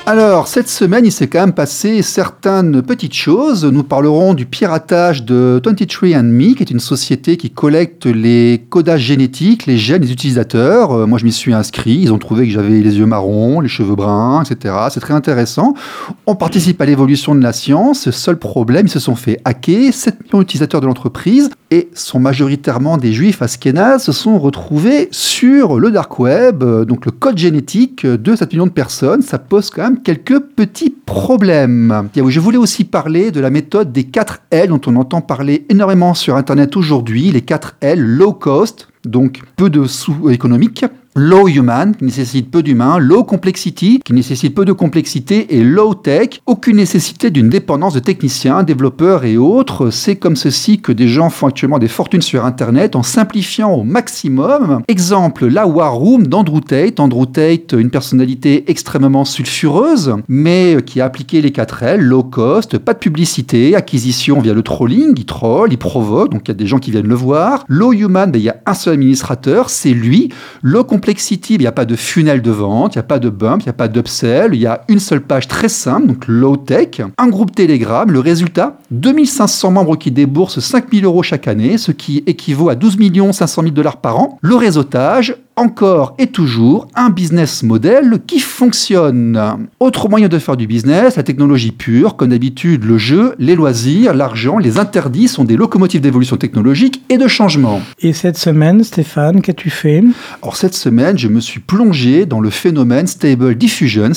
Alors, cette semaine, il s'est quand même passé certaines petites choses. Nous parlerons du piratage de 23andMe, qui est une société qui collecte les codages génétiques, les gènes des utilisateurs. Moi, je m'y suis inscrit. Ils ont trouvé que j'avais les yeux marrons, les cheveux bruns, etc. C'est très intéressant. On participe à l'évolution de la science. Seul problème, ils se sont fait hacker. 7 millions d'utilisateurs de l'entreprise et sont majoritairement des juifs ashkénazes se sont retrouvés sur le dark web. Donc, le code génétique de 7 millions de personnes, ça pose quand même quelques petits problèmes. Je voulais aussi parler de la méthode des 4 L dont on entend parler énormément sur Internet aujourd'hui. Les 4 L, low cost, donc peu de sous économiques. Low human, qui nécessite peu d'humains, low complexity, qui nécessite peu de complexité, et low tech, aucune nécessité d'une dépendance de techniciens, développeurs et autres. C'est comme ceci que des gens font actuellement des fortunes sur Internet en simplifiant au maximum. Exemple, la War Room d'Andrew Tate. Andrew Tate, une personnalité extrêmement sulfureuse, mais qui a appliqué les 4 L, low cost, pas de publicité, acquisition via le trolling, il troll, il provoque, donc il y a des gens qui viennent le voir. Low human, il y a un seul administrateur, c'est lui. Low complexity, il n'y a pas de funnel de vente, il n'y a pas de bump, il n'y a pas d'upsell, il y a une seule page très simple, donc low tech. Un groupe Telegram, le résultat, 2500 membres qui déboursent 5000 € chaque année, ce qui équivaut à 12 500 000 $ par an. Le réseautage, encore et toujours un business model qui fonctionne. Autre moyen de faire du business, la technologie pure, comme d'habitude le jeu, les loisirs, l'argent, les interdits sont des locomotives d'évolution technologique et de changement. Et cette semaine, Stéphane, qu'as-tu fait ? Alors cette semaine, je me suis plongé dans le phénomène Stable Diffusion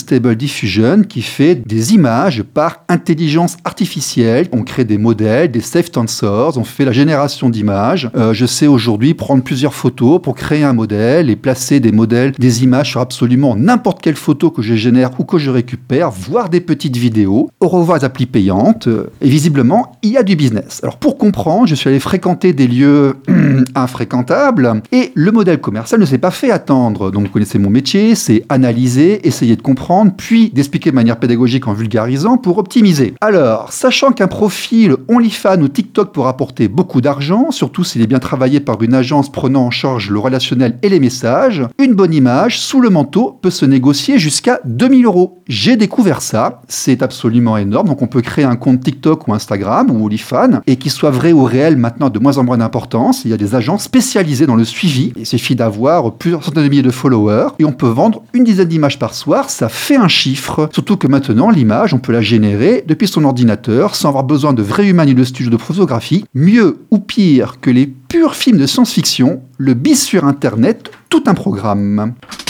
qui fait des images par intelligence artificielle. On crée des modèles, des safe tensors, on fait la génération d'images. Je sais aujourd'hui prendre plusieurs photos pour créer un modèle et placer des modèles, des images sur absolument n'importe quelle photo que je génère ou que je récupère, voire des petites vidéos. Au revoir les applis payantes. Et visiblement, il y a du business. Alors pour comprendre, je suis allé fréquenter des lieux infréquentables et le modèle commercial ne s'est pas fait attendre. Donc vous connaissez mon métier, c'est analyser, essayer de comprendre, puis d'expliquer de manière pédagogique en vulgarisant pour optimiser. Alors, sachant qu'un profil OnlyFans ou TikTok peut rapporter beaucoup d'argent, surtout s'il est bien travaillé par une agence prenant en charge le relationnel et les messages, une bonne image sous le manteau peut se négocier jusqu'à 2000 €. J'ai découvert ça, c'est absolument énorme. Donc on peut créer un compte TikTok ou Instagram ou OnlyFans et qu'il soit vrai ou réel maintenant de moins en moins d'importance. Il y a des agents spécialisés dans le suivi. Il suffit d'avoir plusieurs centaines de milliers de followers et on peut vendre une dizaine d'images par soir. Ça fait un chiffre. Surtout que maintenant, l'image, on peut la générer depuis son ordinateur sans avoir besoin de vrais humains ni de studio de photographie. Mieux ou pire que les purs films de science-fiction, le bis sur Internet, tout un programme.